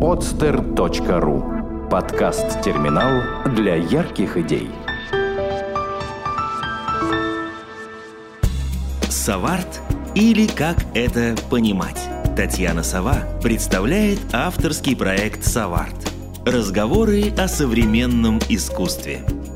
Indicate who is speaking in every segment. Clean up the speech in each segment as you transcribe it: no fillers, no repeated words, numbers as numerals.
Speaker 1: podster.ru. Подкаст-терминал для ярких идей.
Speaker 2: Саварт или как это понимать? Татьяна Сова представляет авторский проект «Саварт». Разговоры о современном искусстве.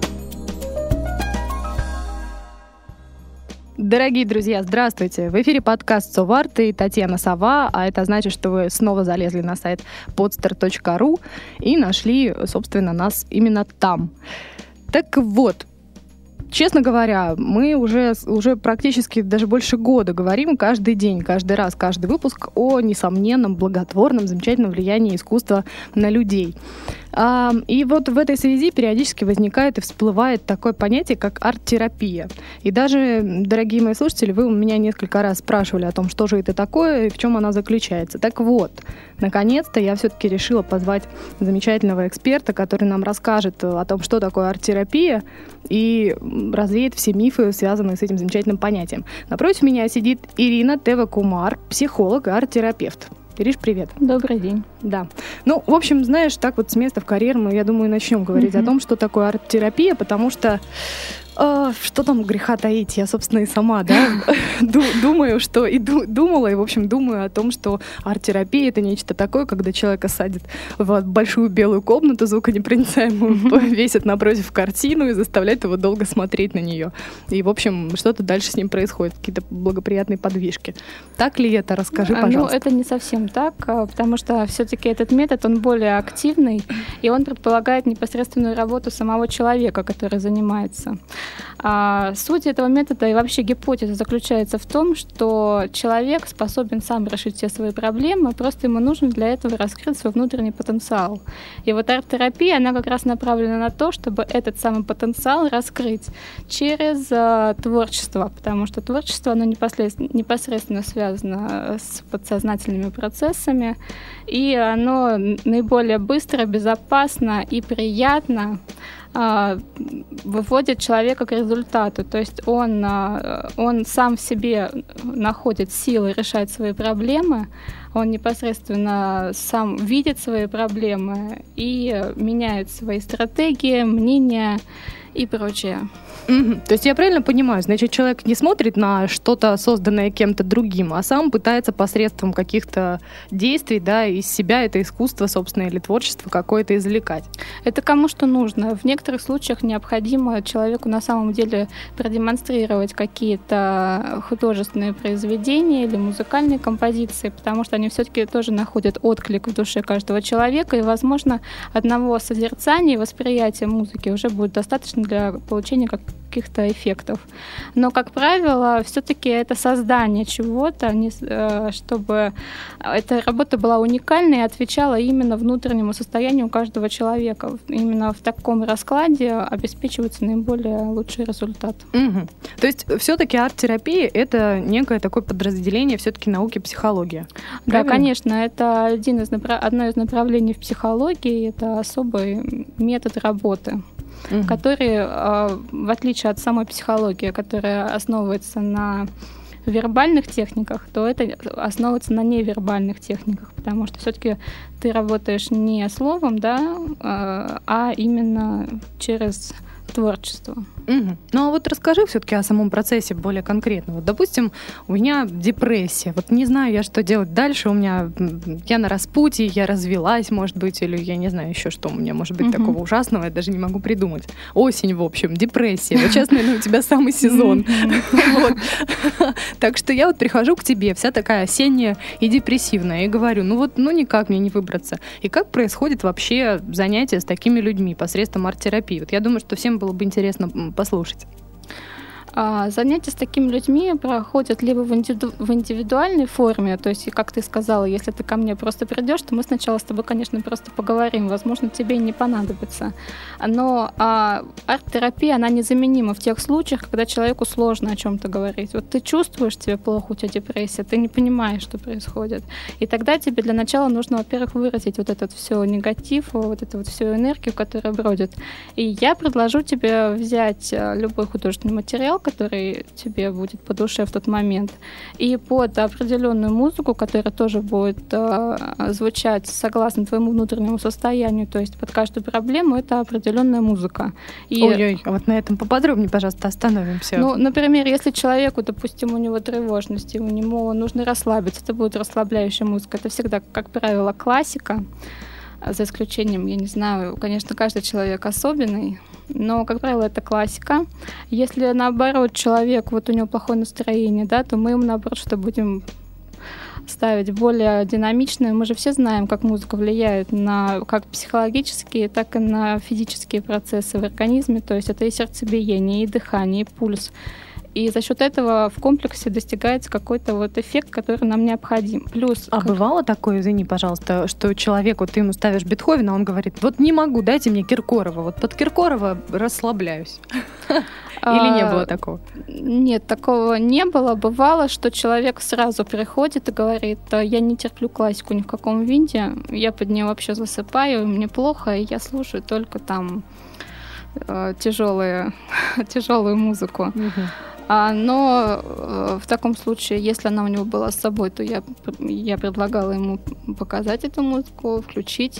Speaker 3: Дорогие друзья, здравствуйте! В эфире подкаст «Саварт» и Татьяна Сова, а это значит, что вы снова залезли на сайт podster.ru и нашли, собственно, нас именно там. Так вот, честно говоря, мы уже практически даже больше года говорим каждый день, каждый раз, каждый выпуск о несомненном, благотворном, замечательном влиянии искусства на людей. И вот в этой связи периодически возникает и всплывает такое понятие, как арт-терапия. И даже, дорогие мои слушатели, вы у меня несколько раз спрашивали о том, что же это такое и в чем она заключается. Так вот, наконец-то я все-таки решила позвать замечательного эксперта, который нам расскажет о том, что такое арт-терапия, и развеет все мифы, связанные с этим замечательным понятием. Напротив меня сидит Ирина Тева-Кумар, психолог и арт-терапевт. Ириш, привет.
Speaker 4: Добрый день.
Speaker 3: Да. Ну, в общем, знаешь, так вот с места в карьер мы, я думаю, начнем говорить о том, что такое арт-терапия, потому что что там греха таить? Я, собственно, и сама, да, думаю, что думала, и, в общем, думаю о том, что арт-терапия — это нечто такое, когда человека садят в большую белую комнату звуконепроницаемую, весят напротив картину и заставляют его долго смотреть на нее. И, в общем, что-то дальше с ним происходит, какие-то благоприятные подвижки. Так ли это? Расскажи, пожалуйста.
Speaker 4: Ну, это не совсем так, потому что все-таки этот метод, он более активный, и он предполагает непосредственную работу самого человека, который занимается. Суть этого метода и вообще гипотеза заключается в том, что человек способен сам решить все свои проблемы, просто ему нужно для этого раскрыть свой внутренний потенциал. И вот арт-терапия, она как раз направлена на то, чтобы этот самый потенциал раскрыть через творчество, потому что творчество, оно непосредственно связано с подсознательными процессами, и оно наиболее быстро, безопасно и приятно выводит человека к результату. То есть он сам в себе находит силы решать свои проблемы, он непосредственно сам видит свои проблемы и меняет свои стратегии, мнения и прочее.
Speaker 3: То есть я правильно понимаю, значит, человек не смотрит на что-то, созданное кем-то другим, а сам пытается посредством каких-то действий, да, из себя это искусство, собственно, или творчество какое-то извлекать.
Speaker 4: Это кому что нужно. В некоторых случаях необходимо человеку на самом деле продемонстрировать какие-то художественные произведения или музыкальные композиции, потому что они все-таки тоже находят отклик в душе каждого человека, и, возможно, одного созерцания и восприятия музыки уже будет достаточно для получения каких-то эффектов. Но, как правило, все-таки это создание чего-то, чтобы эта работа была уникальной и отвечала именно внутреннему состоянию каждого человека. Именно в таком раскладе обеспечивается наиболее лучший результат.
Speaker 3: То есть все-таки арт-терапия — это некое такое подразделение все-таки науки психологии.
Speaker 4: Да, конечно, это одно из направлений в психологии, это особый метод работы, который, в отличие от самой психологии, которая основывается на вербальных техниках, то это основывается на невербальных техниках, потому что все-таки ты работаешь не словом, да, а именно через творчество.
Speaker 3: Ну а вот расскажи все-таки о самом процессе более конкретно. Вот, допустим, у меня депрессия. Вот не знаю я, что делать дальше. Я на распутье, я развелась, может быть, или я не знаю еще, что у меня может быть такого ужасного, я даже не могу придумать. Осень, в общем, депрессия. Вот сейчас, наверное, у тебя самый сезон. Так что я вот прихожу к тебе, вся такая осенняя и депрессивная, и говорю, ну никак мне не выбраться. И как происходит вообще занятие с такими людьми посредством арт-терапии? Вот я думаю, что всем было бы интересно послушать.
Speaker 4: Занятия с такими людьми проходят либо в индивидуальной форме, то есть, как ты сказала, если ты ко мне просто придешь, то мы сначала с тобой, конечно, просто поговорим, возможно, тебе и не понадобится. Но арт-терапия, она незаменима в тех случаях, когда человеку сложно о чем-то говорить. Вот ты чувствуешь, тебе плохо, у тебя депрессия, ты не понимаешь, что происходит. И тогда тебе для начала нужно, во-первых, выразить вот этот все негатив, вот эту вот всю энергию, которая бродит. И я предложу тебе взять любой художественный материал, который тебе будет по душе в тот момент, и под определенную музыку, которая тоже будет звучать согласно твоему внутреннему состоянию, то есть под каждую проблему это определенная музыка.
Speaker 3: Ой-ой, вот на этом поподробнее, пожалуйста, остановимся.
Speaker 4: Ну, например, если человеку, допустим, у него тревожность, и у него нужно расслабиться, это будет расслабляющая музыка. Это всегда, как правило, классика, за исключением, я не знаю, конечно, каждый человек особенный, но, как правило, это классика. Если, наоборот, человек, вот у него плохое настроение, да, то мы ему, наоборот, что будем ставить более динамичное. Мы же все знаем, как музыка влияет на как психологические, так и на физические процессы в организме. То есть это и сердцебиение, и дыхание, и пульс. И за счет этого в комплексе достигается какой-то вот эффект, который нам необходим. Плюс...
Speaker 3: бывало такое, извини, пожалуйста, что человеку, ты ему ставишь Бетховена, он говорит, вот не могу, дайте мне Киркорова. Вот под Киркорова расслабляюсь. Или не было такого?
Speaker 4: Нет, такого не было. Бывало, что человек сразу приходит и говорит, я не терплю классику ни в каком виде, я под нее вообще засыпаю, мне плохо, и я слушаю только там тяжелую музыку. Но в таком случае, если она у него была с собой, то я предлагала ему показать эту музыку, включить.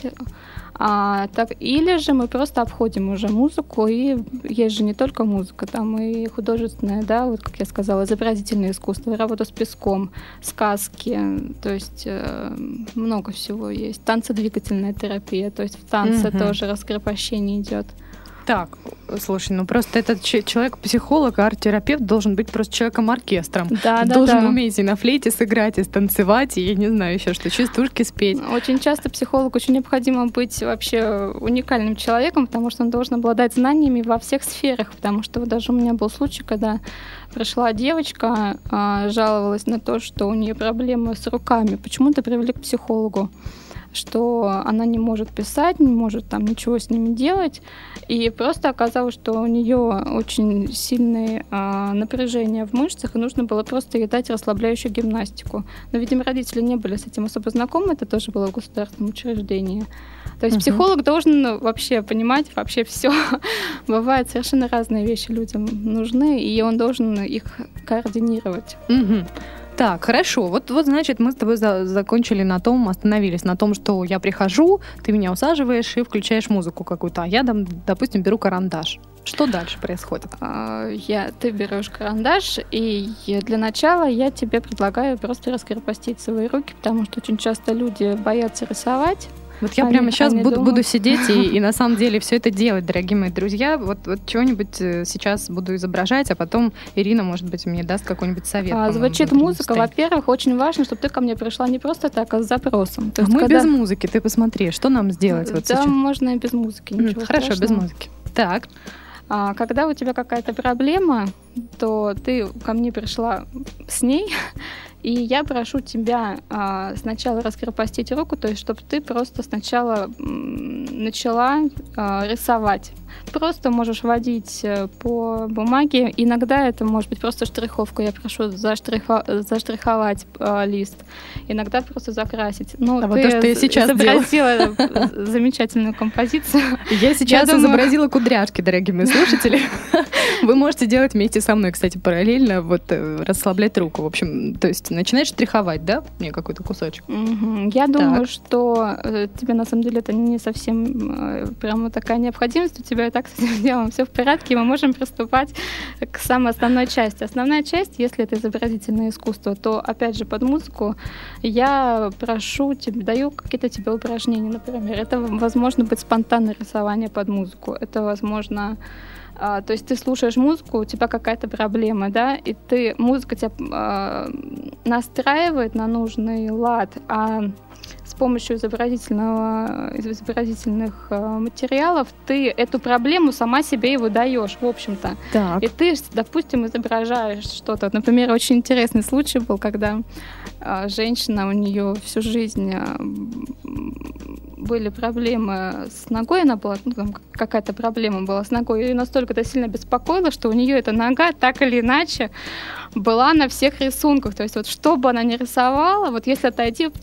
Speaker 4: Или же мы просто обходим уже музыку, и есть же не только музыка, там и художественное, да, вот как я сказала, изобразительное искусство, работа с песком, сказки, то есть много всего есть. Танцедвигательная терапия, то есть в танце тоже раскрепощение идет.
Speaker 3: Так, слушай, ну просто этот человек-психолог, арт-терапевт должен быть просто человеком-оркестром. Должен уметь и на флейте сыграть, и станцевать, и я не знаю еще что, частушки спеть.
Speaker 4: Очень часто психологу очень необходимо быть вообще уникальным человеком, потому что он должен обладать знаниями во всех сферах, потому что вот даже у меня был случай, когда пришла девочка, жаловалась на то, что у нее проблемы с руками. Почему-то привели к психологу, что она не может писать, не может там ничего с ними делать. И просто оказалось, что у нее очень сильное напряжение в мышцах, и нужно было просто ей дать расслабляющую гимнастику. Но, видимо, родители не были с этим особо знакомы, это тоже было в государственном учреждении. То есть психолог должен вообще понимать вообще все. Бывают совершенно разные вещи людям нужны, и он должен их координировать.
Speaker 3: Так, хорошо. Вот, значит, мы с тобой остановились на том, что я прихожу, ты меня усаживаешь и включаешь музыку какую-то, а я, допустим, беру карандаш. Что дальше происходит?
Speaker 4: Ты берешь карандаш, и для начала я тебе предлагаю просто раскрепостить свои руки, потому что очень часто люди боятся рисовать.
Speaker 3: Вот я прямо сейчас буду сидеть и на самом деле все это делать, дорогие мои друзья. Вот чего-нибудь сейчас буду изображать, а потом Ирина, может быть, мне даст какой-нибудь совет.
Speaker 4: Звучит музыка. Во-первых, очень важно, чтобы ты ко мне пришла не просто так, а с запросом.
Speaker 3: То есть, мы без музыки, ты посмотри, что нам сделать вот сейчас?
Speaker 4: Да, можно и без музыки, ничего
Speaker 3: Хорошо,
Speaker 4: страшного.
Speaker 3: без музыки. Так.
Speaker 4: Когда у тебя какая-то проблема, то ты ко мне пришла с ней, и я прошу тебя сначала раскрепостить руку, то есть чтобы ты просто сначала начала рисовать. Просто можешь водить по бумаге. Иногда это может быть просто штриховка. Я прошу заштриховать лист. Иногда просто закрасить. Ну,
Speaker 3: вот то, что я сейчас
Speaker 4: изобразила замечательную композицию.
Speaker 3: Я сейчас изобразила кудряшки, дорогие мои слушатели. Вы можете делать вместе со мной, кстати, параллельно, вот расслаблять руку. В общем, то есть начинаешь штриховать, да, мне какой-то кусочек?
Speaker 4: Я думаю, что тебе на самом деле это не совсем прямо такая необходимость. У тебя и так с этим делом все в порядке, и мы можем приступать к самой основной части. Основная часть, если это изобразительное искусство, то, опять же, под музыку я даю какие-то тебе упражнения, например. Это, возможно, быть спонтанное рисование под музыку. Это, возможно... То есть ты слушаешь музыку, у тебя какая-то проблема, да, и музыка тебя настраивает на нужный лад, а с помощью изобразительных материалов ты эту проблему сама себе и выдаешь, в общем-то.
Speaker 3: Так.
Speaker 4: И ты, допустим, изображаешь что-то. Например, очень интересный случай был, когда женщина, у нее всю жизнь были проблемы с ногой, она была, какая-то проблема была с ногой, и ее настолько это сильно беспокоило, что у нее эта нога так или иначе была на всех рисунках. То есть вот что бы она ни рисовала, вот если отойти там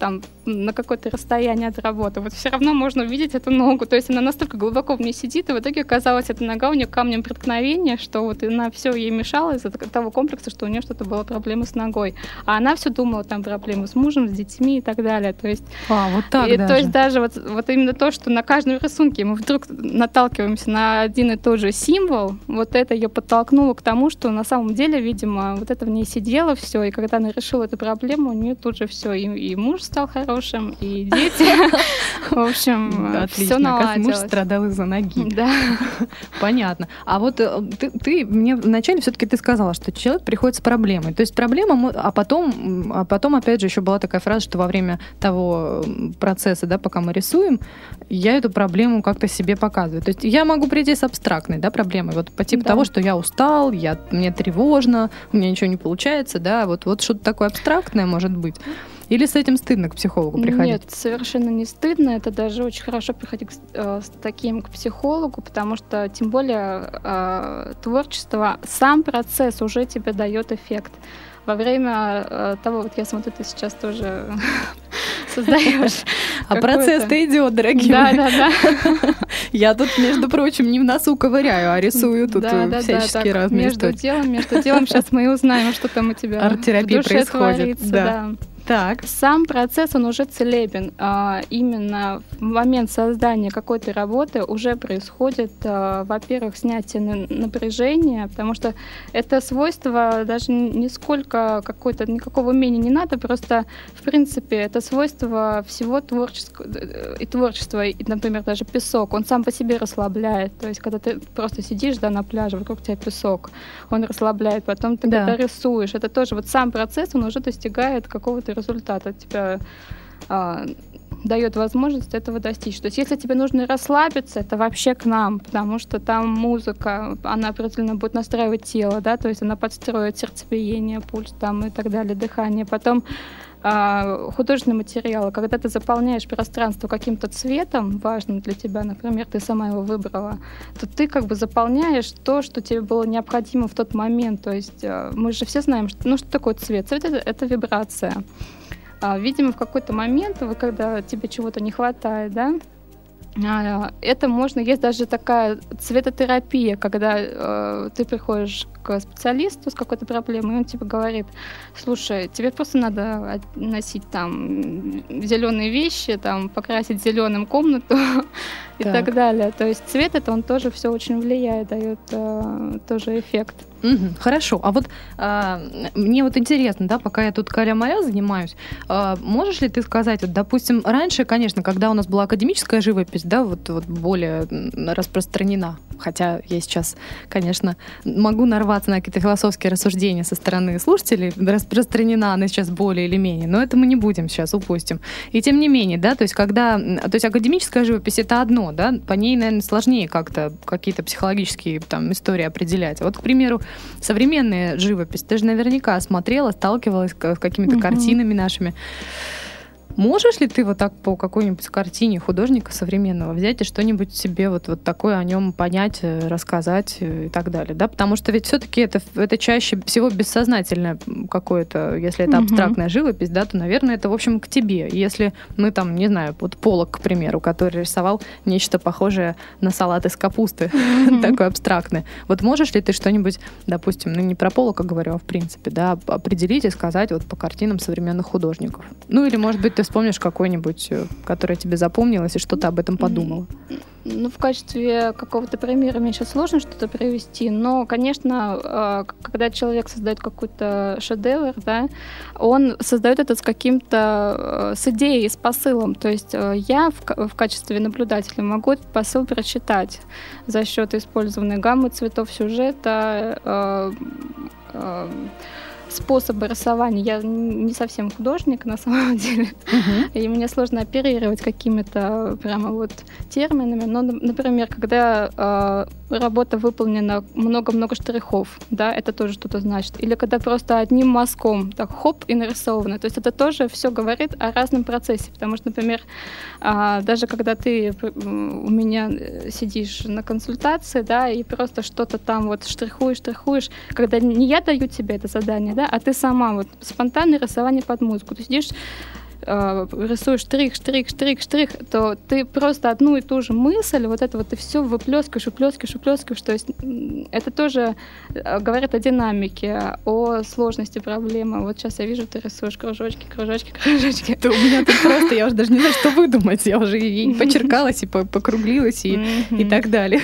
Speaker 4: на какое-то расстояние от работы, вот все равно можно увидеть эту ногу. То есть она настолько глубоко в ней сидит, и в итоге оказалась эта нога у нее камнем преткновения, что вот она все ей мешала из-за того комплекса, что у нее что-то было проблема с ногой. А она все думала, там проблемы с мужем, с детьми и так далее. То есть,
Speaker 3: вот так
Speaker 4: и, то есть даже вот именно то, что на каждом рисунке мы вдруг наталкиваемся на один и тот же символ, вот это ее подтолкнуло к тому, что на самом деле, видимо, вот это в ней сидело все, и когда она решила эту проблему, у нее тут же все, и муж стал хорошим, и дети. В общем, все наладилось.
Speaker 3: Муж страдал из-за ноги.
Speaker 4: Да.
Speaker 3: Понятно. А вот ты мне вначале все-таки ты сказала, что человек приходит с проблемой. То есть проблема, а потом опять же еще была такая фраза, что во время того процесса, да, пока мы рисуем, я эту проблему как-то себе показываю. То есть я могу прийти с абстрактной, да, проблемой, вот по типу того, что я устал, мне тревожно, у меня ничего не получается, да, вот что-то такое абстрактное может быть. Или с этим стыдно к психологу приходить?
Speaker 4: Нет, совершенно не стыдно. Это даже очень хорошо приходить с таким к психологу, потому что, тем более, творчество, сам процесс уже тебе дает эффект. Во время того, вот я смотрю, ты сейчас тоже создаешь.
Speaker 3: А процесс-то идет, дорогие мои. Да. Я тут, между прочим, не в носу ковыряю, а рисую тут всяческие разные истории.
Speaker 4: Между делом сейчас мы и узнаем, что там у тебя
Speaker 3: арт-терапия происходит.
Speaker 4: Да.
Speaker 3: Так.
Speaker 4: Сам процесс, он уже целебен. Именно в момент создания какой-то работы уже происходит, во-первых, снятие напряжения, потому что это свойство даже нисколько никакого умения не надо, просто, в принципе, это свойство всего творчества, и, например, даже песок, он сам по себе расслабляет. То есть, когда ты просто сидишь, да, на пляже, вокруг тебя песок, он расслабляет, потом ты когда рисуешь, это тоже вот сам процесс, он уже достигает какого-то результата, тебя дает возможность этого достичь. То есть если тебе нужно расслабиться, это вообще к нам, потому что там музыка, она определенно будет настраивать тело, да, то есть она подстроит сердцебиение, пульс там и так далее, дыхание. Потом художественные материалы, когда ты заполняешь пространство каким-то цветом, важным для тебя, например, ты сама его выбрала, то ты как бы заполняешь то, что тебе было необходимо в тот момент. То есть мы же все знаем, что такое цвет? Цвет — это вибрация. Видимо, в какой-то момент, когда тебе чего-то не хватает, да, это можно, есть даже такая цветотерапия, когда ты приходишь к специалисту с какой-то проблемой, и он тебе говорит: слушай, тебе просто надо носить там зеленые вещи, там покрасить зеленым комнату и так далее. То есть цвет это он тоже все очень влияет, дает тоже эффект.
Speaker 3: Хорошо. А вот мне вот интересно, да, пока я тут каля-маля занимаюсь, можешь ли ты сказать, вот, допустим, раньше, конечно, когда у нас была академическая живопись, да, вот более распространена, хотя я сейчас, конечно, могу нарваться на какие-то философские рассуждения со стороны слушателей, распространена она сейчас более или менее, но это мы не будем сейчас, упустим. И тем не менее, да, то есть академическая живопись — это одно, да, по ней, наверное, сложнее как-то какие-то психологические там истории определять. Вот, к примеру, современная живопись, ты же наверняка смотрела, сталкивалась с какими-то картинами нашими. Можешь ли ты вот так по какой-нибудь картине художника современного взять и что-нибудь себе вот такое о нем понять, рассказать и так далее, да? Потому что ведь все-таки это чаще всего бессознательное какое-то, если это абстрактная живопись, да, то, наверное, это, в общем, к тебе. Если мы там, не знаю, вот Поллок, к примеру, который рисовал нечто похожее на салат из капусты, такое абстрактное. Вот можешь ли ты что-нибудь, допустим, не про Поллока говорю, а в принципе, да, определить и сказать вот по картинам современных художников? Ну, или, может быть, ты вспомнишь какой-нибудь, который тебе запомнилось, и что ты об этом подумала?
Speaker 4: Ну, в качестве какого-то примера мне сейчас сложно что-то привести, но, конечно, когда человек создает какой-то шедевр, да, он создает это с идеей, с посылом. То есть я в качестве наблюдателя могу этот посыл прочитать за счет использованной гаммы цветов, сюжета, способы рисования. Я не совсем художник, на самом деле. И мне сложно оперировать какими-то прямо вот терминами. Но, например, когда работа выполнена много-много штрихов, да, это тоже что-то значит. Или когда просто одним мазком так хоп и нарисовано. То есть это тоже все говорит о разном процессе. Потому что, например, даже когда ты у меня сидишь на консультации, да, и просто что-то там вот штрихуешь, когда не я даю тебе это задание, да, а ты сама вот спонтанное рисование под музыку. Ты сидишь, рисуешь штрих, то ты просто одну и ту же мысль, вот это вот ты все выплескиваешь. То есть это тоже говорит о динамике, о сложности проблемы. Вот сейчас я вижу, ты рисуешь кружочки.
Speaker 3: Да у меня тут просто, я уже даже не знаю, что выдумать. Я уже и почеркалась, и покруглилась, и так далее.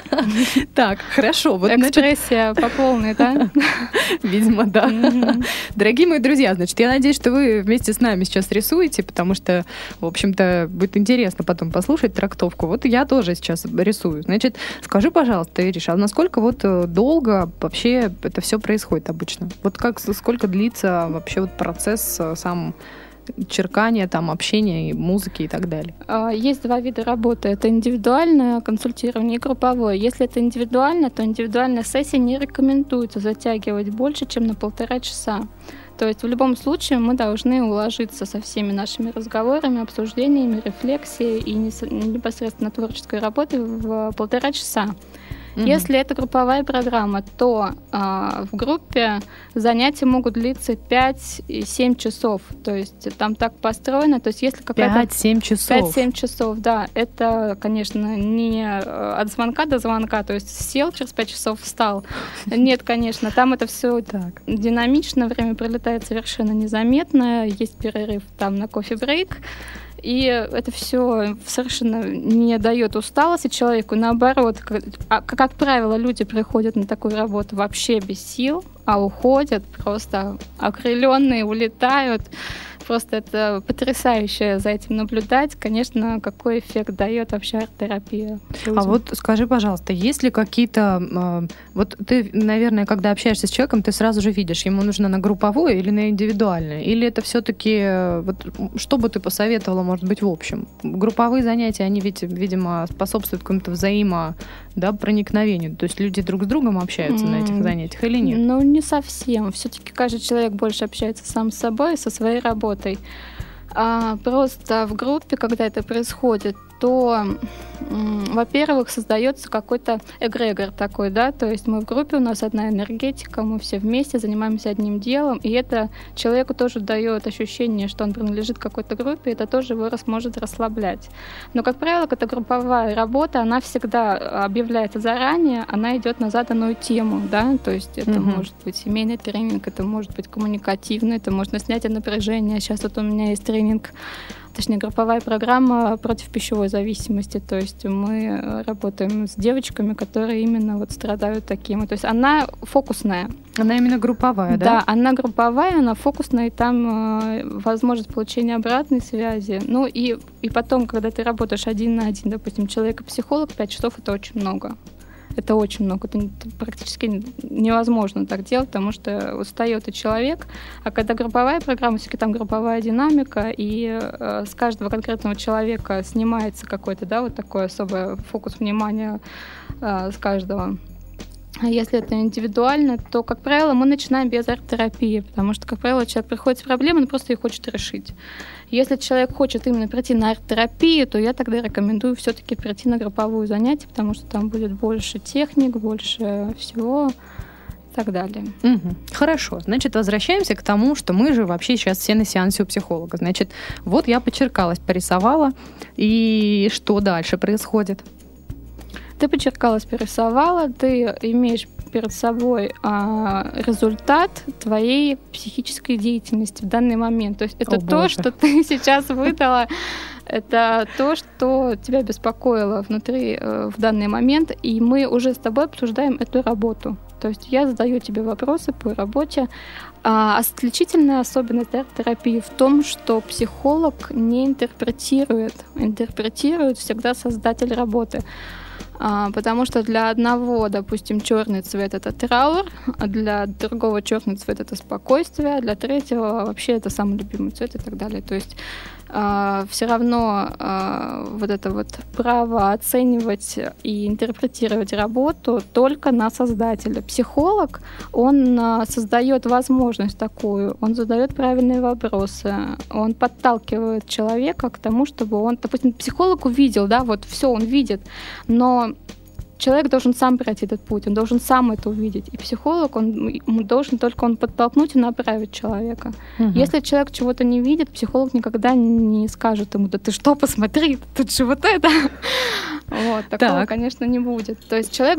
Speaker 3: Так, хорошо.
Speaker 4: Экспрессия по полной, да?
Speaker 3: Видимо, да. Дорогие мои друзья, значит, я надеюсь, что вы вместе с нами сейчас рисуете, потому что, в общем-то, будет интересно потом послушать трактовку. Вот я тоже сейчас рисую. Значит, скажи, пожалуйста, Ириша, а насколько вот долго вообще это все происходит обычно? Вот сколько длится вообще вот процесс сам черкания, там, общения, и музыки и так далее?
Speaker 4: Есть два вида работы. Это индивидуальное консультирование и групповое. Если это индивидуально, то индивидуальная сессия не рекомендуется затягивать больше, чем на 1,5 часа. То есть в любом случае мы должны уложиться со всеми нашими разговорами, обсуждениями, рефлексией и непосредственно творческой работой в 1,5 часа. Если это групповая программа, то в группе занятия могут длиться 5-7 часов. То есть там так построено. То есть если какая-то
Speaker 3: 5-7 часов.
Speaker 4: 5-7 часов, да. Это, конечно, не от звонка до звонка. То есть сел, через 5 часов встал. Нет, конечно. Там это все так динамично. Время пролетает совершенно незаметно. Есть перерыв там на кофе-брейк. И это все совершенно не дает усталости человеку. Наоборот, как правило, люди приходят на такую работу вообще без сил, а уходят просто окрыленные, улетают. Просто это потрясающе за этим наблюдать. Конечно, какой эффект дает вообще арт-терапия людям.
Speaker 3: А вот скажи, пожалуйста, есть ли какие-то... Вот ты, наверное, когда общаешься с человеком, ты сразу же видишь, ему нужно на групповое или на индивидуальное? Или это все-таки... Вот, что бы ты посоветовала, может быть, в общем? Групповые занятия, они ведь, видимо, способствуют какому-то проникновению. То есть люди друг с другом общаются на этих занятиях или нет?
Speaker 4: Ну, не совсем. Все-таки каждый человек больше общается сам с собой, со своей работой. Просто в группе, когда это происходит, то, во-первых, создается какой-то эгрегор такой, да, то есть мы в группе, у нас одна энергетика, мы все вместе занимаемся одним делом, и это человеку тоже дает ощущение, что он принадлежит какой-то группе, это тоже его может расслаблять. Но, как правило, эта групповая работа, она всегда объявляется заранее, она идет на заданную тему, да, то есть это может быть семейный тренинг, это может быть коммуникативный, это может быть снятие напряжения. Сейчас вот у меня есть тренинг, точнее, групповая программа против пищевой зависимости. То есть мы работаем с девочками, которые именно вот страдают таким. То есть она фокусная.
Speaker 3: Она именно групповая, да?
Speaker 4: Да, она групповая, она фокусная, и там возможность получения обратной связи. Ну и потом, когда ты работаешь один на один, допустим, человек и психолог, 5 часов — это очень много. Это очень много. Это практически невозможно так делать, потому что устает и человек. А когда групповая программа, все-таки там групповая динамика, и с каждого конкретного человека снимается какой-то, да, вот такой особый фокус внимания с каждого. А если это индивидуально, то, как правило, мы начинаем без арт-терапии, потому что, как правило, человек приходит с проблемой, он просто ее хочет решить. Если человек хочет именно прийти на арт-терапию, то я тогда рекомендую все-таки прийти на групповое занятие, потому что там будет больше техник, больше всего и так далее.
Speaker 3: Хорошо. Значит, возвращаемся к тому, что мы же вообще сейчас все на сеансе у психолога. Значит, вот я почеркалась, порисовала, и что дальше происходит?
Speaker 4: Ты почеркалась, порисовала, ты имеешь перед собой результат твоей психической деятельности в данный момент. То есть это то, что ты сейчас выдала, это то, что тебя беспокоило внутри в данный момент, и мы уже с тобой обсуждаем эту работу. То есть я задаю тебе вопросы по работе. Отличительная особенность арт-терапии в том, что психолог не интерпретирует. Интерпретирует всегда создатель работы. Потому что для одного, допустим, черный цвет — это траур, а для другого черный цвет — это спокойствие, а для третьего вообще это самый любимый цвет и так далее. То есть все равно вот это вот право оценивать и интерпретировать работу только на создателя. Психолог, он создает возможность такую, он задает правильные вопросы, он подталкивает человека к тому, чтобы он, допустим, психолог увидел, да, вот все он видит, но человек должен сам пройти этот путь, он должен сам это увидеть. И психолог, он должен только подтолкнуть и направить человека. Если человек чего-то не видит, психолог никогда не скажет ему: да ты что, посмотри, тут же вот это. Вот, такого, конечно, не будет. То есть человек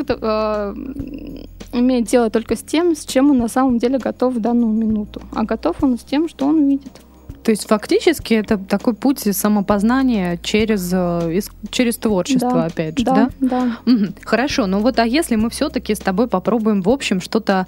Speaker 4: имеет дело только с тем, с чем он на самом деле готов в данную минуту. А готов он с тем, что он видит.
Speaker 3: То есть фактически это такой путь самопознания через творчество, опять же, да?
Speaker 4: Да.
Speaker 3: Угу. Хорошо, ну вот, а если мы все-таки с тобой попробуем, в общем, что-то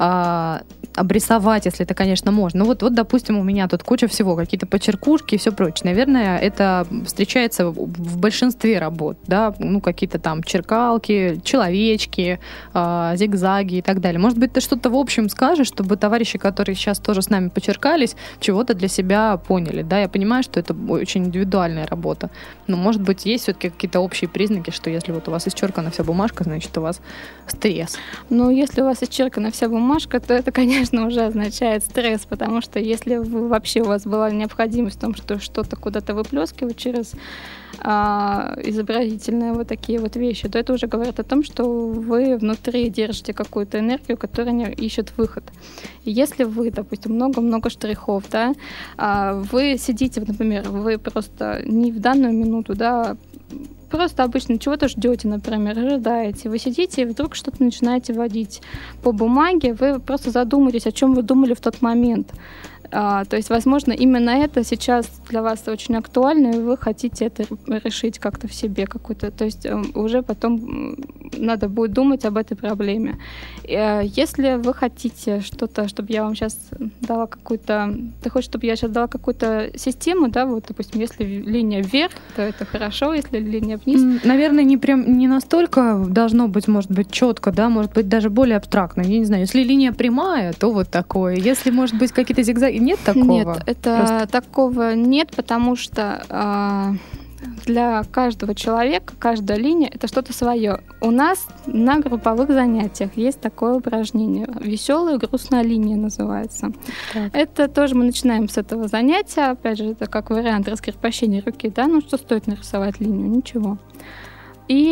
Speaker 3: обрисовать, если это, конечно, можно. Ну вот, допустим, у меня тут куча всего, какие-то почеркушки и все прочее. Наверное, это встречается в большинстве работ, да, ну какие-то там черкалки, человечки, зигзаги и так далее. Может быть, ты что-то в общем скажешь, чтобы товарищи, которые сейчас тоже с нами почеркались, чего-то для себя поняли, да? Я понимаю, что это очень индивидуальная работа, но, может быть, есть все-таки какие-то общие признаки, что если вот у вас исчеркана вся бумажка, значит, у вас стресс.
Speaker 4: Ну, если у вас исчеркана вся бумажка, то это, конечно, уже означает стресс, потому что если вообще у вас была необходимость в том, что что-то куда-то выплескивать через изобразительные вот такие вот вещи, то это уже говорит о том, что вы внутри держите какую-то энергию, которая ищет выход. И если вы, допустим, много-много штрихов, да, вы сидите, например, вы просто не в данную минуту, да, просто обычно чего-то ждете, например, ожидаете. Вы сидите и вдруг что-то начинаете водить по бумаге, вы просто задумаетесь, о чем вы думали в тот момент. То есть, возможно, именно это сейчас для вас очень актуально, и вы хотите это решить как-то в себе какой-то. То есть уже потом надо будет думать об этой проблеме. Если вы хотите что-то, чтобы я вам сейчас дала какую-то... Ты хочешь, чтобы я сейчас дала какую-то систему, да, вот, допустим, если линия вверх, то это хорошо, если линия вниз...
Speaker 3: Наверное, не настолько должно быть, может быть, четко, да, может быть, даже более абстрактно. Я не знаю, если линия прямая, то вот такое. Если, может быть, какие-то зигзаги... Нет такого?
Speaker 4: Нет, такого нет, потому что для каждого человека каждая линия — это что-то свое. У нас на групповых занятиях есть такое упражнение. Веселая и грустная линия называется. Так. Это тоже мы начинаем с этого занятия. Опять же, это как вариант раскрепощения руки. Да? Ну, что стоит нарисовать линию? Ничего. И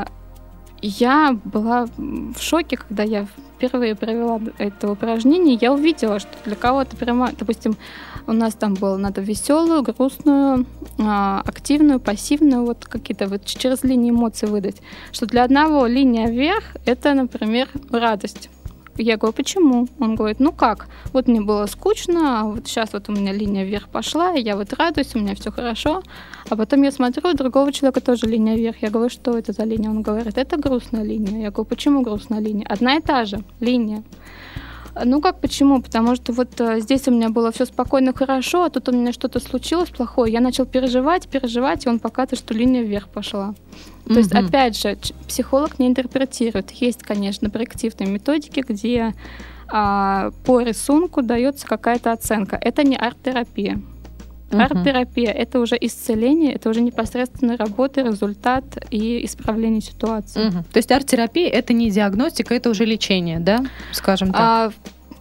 Speaker 4: я была в шоке, когда я впервые провела это упражнение. Я увидела, что для кого-то прямо, допустим, у нас там было надо веселую, грустную, активную, пассивную, вот какие-то вот через линии эмоций выдать. Что для одного линия вверх — это, например, радость. Я говорю, почему? Он говорит, ну как? Вот мне было скучно, а вот сейчас вот у меня линия вверх пошла, и я вот радуюсь, у меня все хорошо. А потом я смотрю, у другого человека тоже линия вверх. Я говорю, что это за линия? Он говорит, это грустная линия. Я говорю, почему грустная линия? Одна и та же линия. Ну как, почему? Потому что вот здесь у меня было все спокойно, хорошо, а тут у меня что-то случилось плохое. Я начал переживать, и он показывает, что линия вверх пошла. То есть, опять же, психолог не интерпретирует. Есть, конечно, проективные методики, где по рисунку дается какая-то оценка. Это не арт-терапия. Арт-терапия — это уже исцеление, это уже непосредственно работа, результат и исправление ситуации.
Speaker 3: То есть арт-терапия — это не диагностика, это уже лечение, да, скажем так?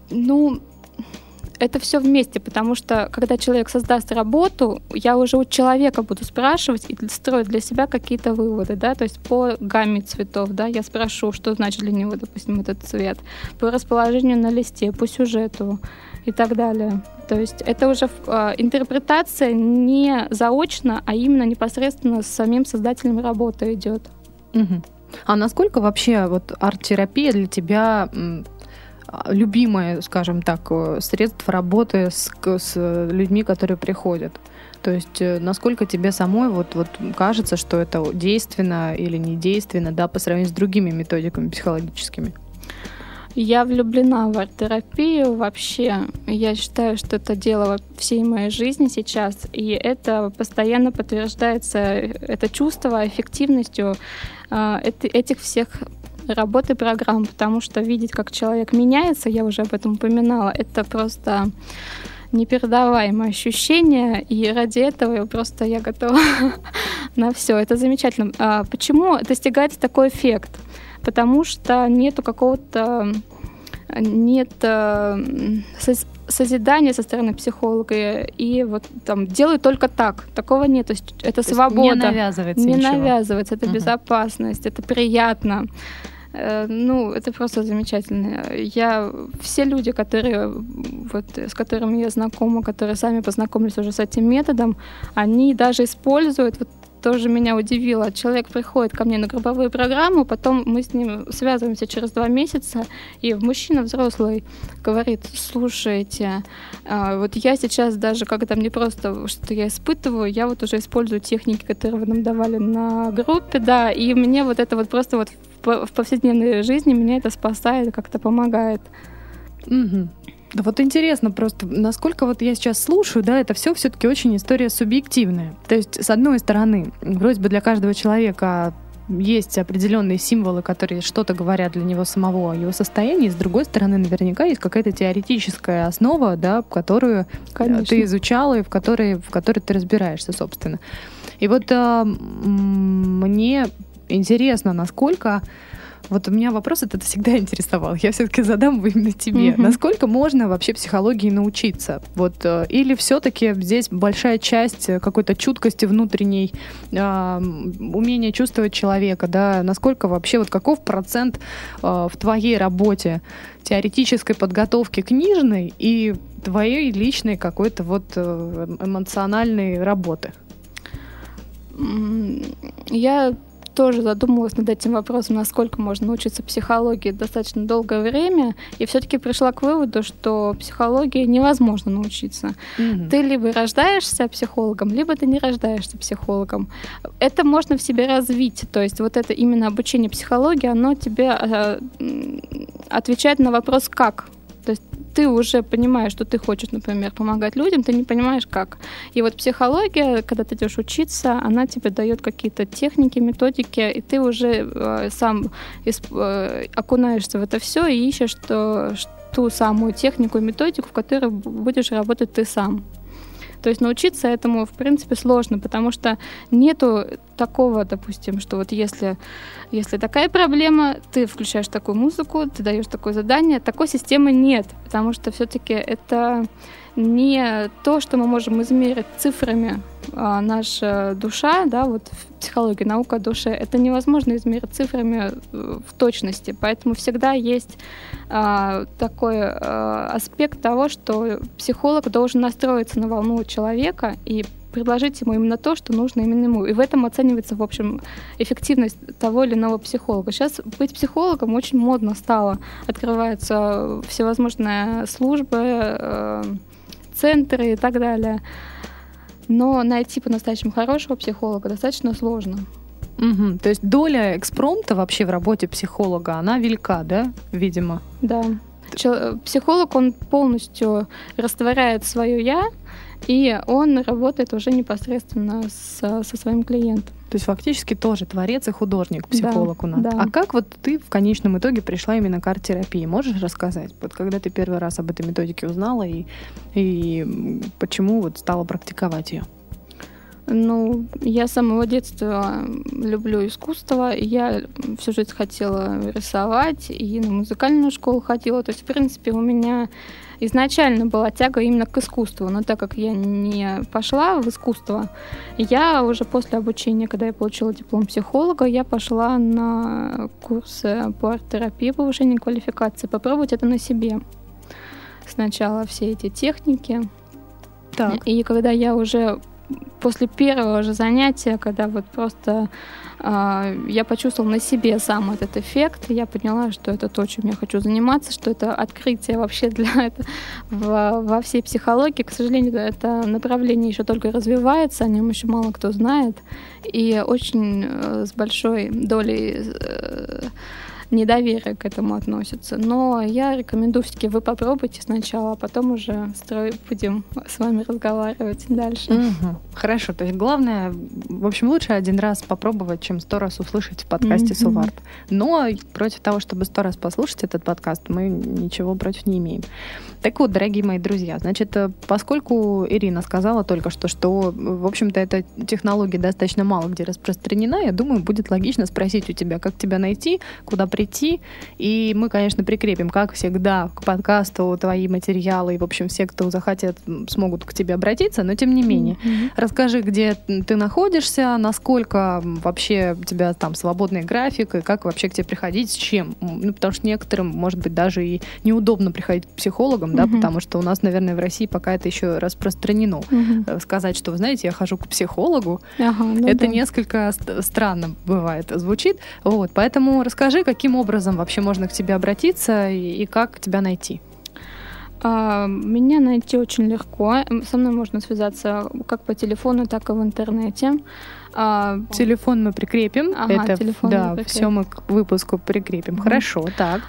Speaker 4: Это все вместе, потому что когда человек создаст работу, я уже у человека буду спрашивать и строить для себя какие-то выводы, да, то есть по гамме цветов, да, я спрошу, что значит для него, допустим, этот цвет, по расположению на листе, по сюжету и так далее. То есть это уже интерпретация не заочно, а именно непосредственно с самим создателем работы идет.
Speaker 3: А насколько вообще вот арт-терапия для тебя любимое, скажем так, средство работы с людьми, которые приходят? То есть насколько тебе самой вот кажется, что это действенно или не действенно, да, по сравнению с другими методиками психологическими?
Speaker 4: Я влюблена в арт-терапию вообще. Я считаю, что это дело всей моей жизни сейчас, и это постоянно подтверждается, это чувство эффективностью этих всех работ и программ, потому что видеть, как человек меняется, я уже об этом упоминала, это просто непередаваемое ощущение, и ради этого я готова на все. Это замечательно. Почему достигается такой эффект? Потому что нету какого-то созидание со стороны психолога, и вот там делай только так. Такого нет. То есть это свобода.
Speaker 3: Не навязывается
Speaker 4: Не
Speaker 3: ничего.
Speaker 4: навязывается. Это безопасность, это приятно. Ну, это просто замечательно. Все люди, с которыми я знакома, которые сами познакомились уже с этим методом, они даже используют, вот тоже меня удивило, человек приходит ко мне на групповую программу, потом мы с ним связываемся через 2 месяца, и мужчина взрослый говорит: слушайте, вот я сейчас даже, когда мне просто что-то я испытываю, я вот уже использую техники, которые вы нам давали на группе, да, и мне вот это вот просто вот в повседневной жизни меня это спасает, как-то помогает.
Speaker 3: Угу. Да вот интересно просто, насколько вот я сейчас слушаю, да, это все-таки очень история субъективная. То есть, с одной стороны, вроде бы для каждого человека есть определенные символы, которые что-то говорят для него самого о его состоянии, с другой стороны, наверняка есть какая-то теоретическая основа, да, которую ты изучала и в которой ты разбираешься, собственно. И вот мне интересно, насколько... Вот у меня вопрос этот всегда интересовал. Я все-таки задам его именно тебе. Насколько можно вообще психологии научиться? Вот, или все-таки здесь большая часть какой-то чуткости внутренней, умения чувствовать человека, да? Насколько вообще, вот каков процент в твоей работе теоретической подготовки книжной и твоей личной какой-то вот эмоциональной работы?
Speaker 4: Я тоже задумалась над этим вопросом, насколько можно научиться психологии достаточно долгое время, и все-таки пришла к выводу, что психологии невозможно научиться. Ты либо рождаешься психологом, либо ты не рождаешься психологом. Это можно в себе развить, то есть вот это именно обучение психологии, оно тебе отвечает на вопрос «как?». То есть ты уже понимаешь, что ты хочешь, например, помогать людям, ты не понимаешь, как. И вот психология, когда ты идешь учиться, она тебе дает какие-то техники, методики, и ты уже сам окунаешься в это все и ищешь ту самую технику и методику, в которой будешь работать ты сам. То есть научиться этому, в принципе, сложно, потому что нету такого, допустим, что вот если такая проблема, ты включаешь такую музыку, ты даешь такое задание, такой системы нет, потому что все-таки это не то, что мы можем измерить цифрами. Наша душа, да, вот в психологии, наука о душе, это невозможно измерить цифрами в точности, поэтому всегда есть такой аспект того, что психолог должен настроиться на волну человека и предложить ему именно то, что нужно именно ему. И в этом оценивается, в общем, эффективность того или иного психолога. Сейчас быть психологом очень модно стало. Открываются всевозможные службы, центры и так далее. Но найти по-настоящему хорошего психолога достаточно сложно.
Speaker 3: Угу. То есть доля экспромта вообще в работе психолога, она велика, да, видимо?
Speaker 4: Да. Психолог, он полностью растворяет свое «я», и он работает уже непосредственно со своим клиентом.
Speaker 3: То есть фактически тоже творец и художник, психолог
Speaker 4: да,
Speaker 3: у нас.
Speaker 4: Да.
Speaker 3: А как вот ты в конечном итоге пришла именно к арт-терапии? Можешь рассказать? Вот когда ты первый раз об этой методике узнала и почему вот стала практиковать ее?
Speaker 4: Ну, я с самого детства люблю искусство. Я всю жизнь хотела рисовать и на музыкальную школу ходила. То есть, в принципе, у меня изначально была тяга именно к искусству. Но так как я не пошла в искусство, я уже после обучения, когда я получила диплом психолога, я пошла на курсы по арт-терапии, повышение квалификации, попробовать это на себе. Сначала все эти техники.
Speaker 3: Так.
Speaker 4: И когда я уже после первого же занятия, когда вот просто я почувствовала на себе сам этот эффект, я поняла, что это то, чем я хочу заниматься, что это открытие вообще для этого во всей психологии. К сожалению, это направление еще только развивается, о нем еще мало кто знает, и очень с большой долей недоверие к этому относится. Но я рекомендую все-таки вы попробуйте сначала, а потом уже будем с вами разговаривать дальше.
Speaker 3: Угу. Хорошо. То есть главное, в общем, лучше один раз попробовать, чем 100 раз услышать в подкасте Соварт. Но против того, чтобы 100 раз послушать этот подкаст, мы ничего против не имеем. Так вот, дорогие мои друзья, значит, поскольку Ирина сказала только что, в общем-то, эта технология достаточно мало где распространена, я думаю, будет логично спросить у тебя, как тебя найти, куда прийти, прийти. И мы, конечно, прикрепим, как всегда, к подкасту твои материалы. И, в общем, все, кто захотят, смогут к тебе обратиться. Но, тем не менее, расскажи, где ты находишься, насколько вообще у тебя там свободный график, и как вообще к тебе приходить, с чем. Ну, потому что некоторым, может быть, даже и неудобно приходить к психологам, да, потому что у нас, наверное, в России пока это еще распространено. Сказать, что, вы знаете, я хожу к психологу, это несколько странно бывает, звучит. Вот, поэтому расскажи, каким образом вообще можно к тебе обратиться и как тебя найти.
Speaker 4: Меня найти очень легко. Со мной можно связаться как по телефону, так и в интернете.
Speaker 3: Телефон мы прикрепим. Это, да, все мы к выпуску прикрепим. Хорошо, так.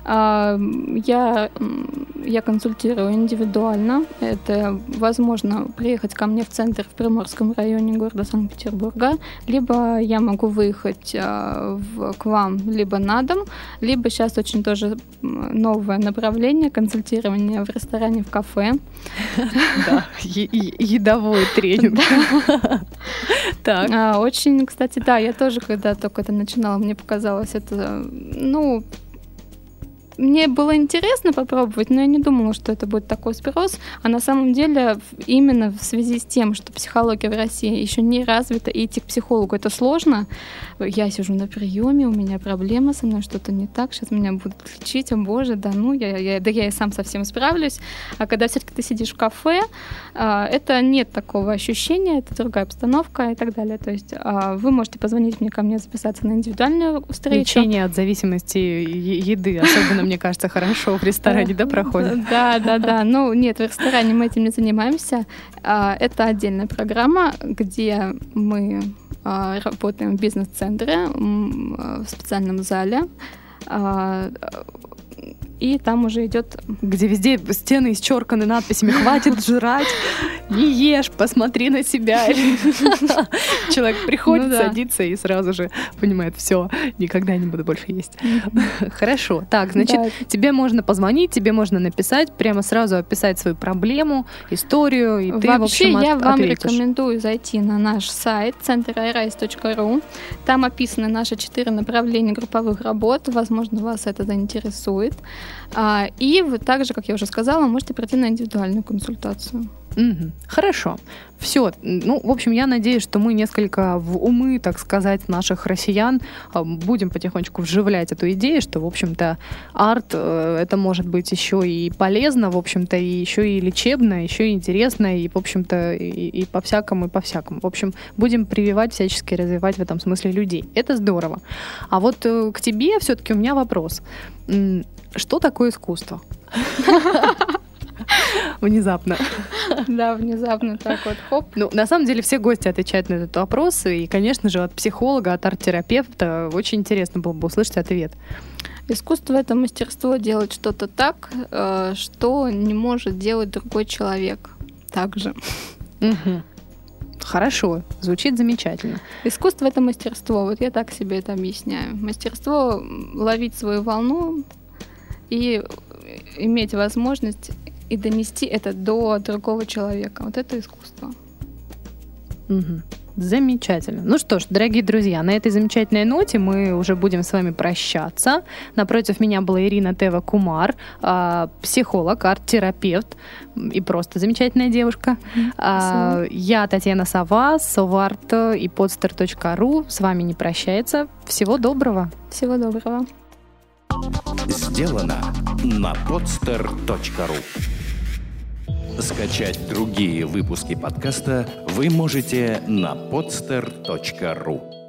Speaker 4: Я консультирую индивидуально. Это возможно приехать ко мне в центр в Приморском районе города Санкт-Петербурга, либо я могу выехать к вам либо на дом, либо сейчас очень тоже новое направление консультирование в ресторане, в кафе.
Speaker 3: Да, едовой тренинг.
Speaker 4: Так. Очень, кстати, да, я тоже, когда только это начинала, мне показалось это, мне было интересно попробовать, но я не думала, что это будет такой спрос. А на самом деле именно в связи с тем, что психология в России еще не развита, и идти к психологу это сложно. Я сижу на приеме, у меня проблема, со мной что-то не так, сейчас меня будут лечить, о боже, я и сам совсем справлюсь. А когда все-таки ты сидишь в кафе, это нет такого ощущения, это другая обстановка и так далее. То есть вы можете позвонить мне, ко мне записаться на индивидуальную встречу.
Speaker 3: Лечение от зависимости еды, особенно, мне кажется, хорошо в ресторане, да, проходит?
Speaker 4: Да. Ну, нет, в ресторане мы этим не занимаемся. Это отдельная программа, где мы работаем в бизнес-центре, в специальном зале. И там уже идет...
Speaker 3: Где везде стены исчерканы надписями «Хватит жрать, не ешь, посмотри на себя». Человек приходит, садится и сразу же понимает, все, никогда не буду больше есть. Хорошо. Так, значит, тебе можно позвонить, тебе можно написать, прямо сразу описать свою проблему, историю, и ты, в общем,
Speaker 4: Вообще, я вам рекомендую зайти на наш сайт centeririse.ru. Там описаны наши 4 направления групповых работ. Возможно, вас это заинтересует. И вы также, как я уже сказала, можете пройти на индивидуальную консультацию.
Speaker 3: Хорошо. Все. Ну, в общем, я надеюсь, что мы несколько в умы, так сказать, наших россиян будем потихонечку вживлять эту идею, что, в общем-то, арт это может быть еще и полезно, в общем-то, и еще и лечебно, еще и интересно, и, в общем-то, и по-всякому, и по-всякому. В общем, будем прививать, всячески развивать в этом смысле людей. Это здорово. А вот к тебе все-таки у меня вопрос. Что такое искусство? Внезапно.
Speaker 4: Да, внезапно так вот, хоп.
Speaker 3: Ну, на самом деле, все гости отвечают на этот вопрос, и, конечно же, от психолога, от арт-терапевта очень интересно было бы услышать ответ.
Speaker 4: Искусство — это мастерство делать что-то так, что не может делать другой человек также.
Speaker 3: Хорошо, звучит замечательно.
Speaker 4: Искусство — это мастерство, вот я так себе это объясняю. Мастерство — ловить свою волну и иметь возможность и донести это до другого человека. Вот это искусство.
Speaker 3: Замечательно. Ну что ж, дорогие друзья, на этой замечательной ноте мы уже будем с вами прощаться. Напротив меня была Ирина Тева Кумар, психолог, арт-терапевт и просто замечательная девушка. Я Татьяна Сова, Соварт и podster.ru с вами не прощается. Всего доброго.
Speaker 4: Всего доброго.
Speaker 1: Сделано на podster.ru. Скачать другие выпуски подкаста вы можете на podster.ru.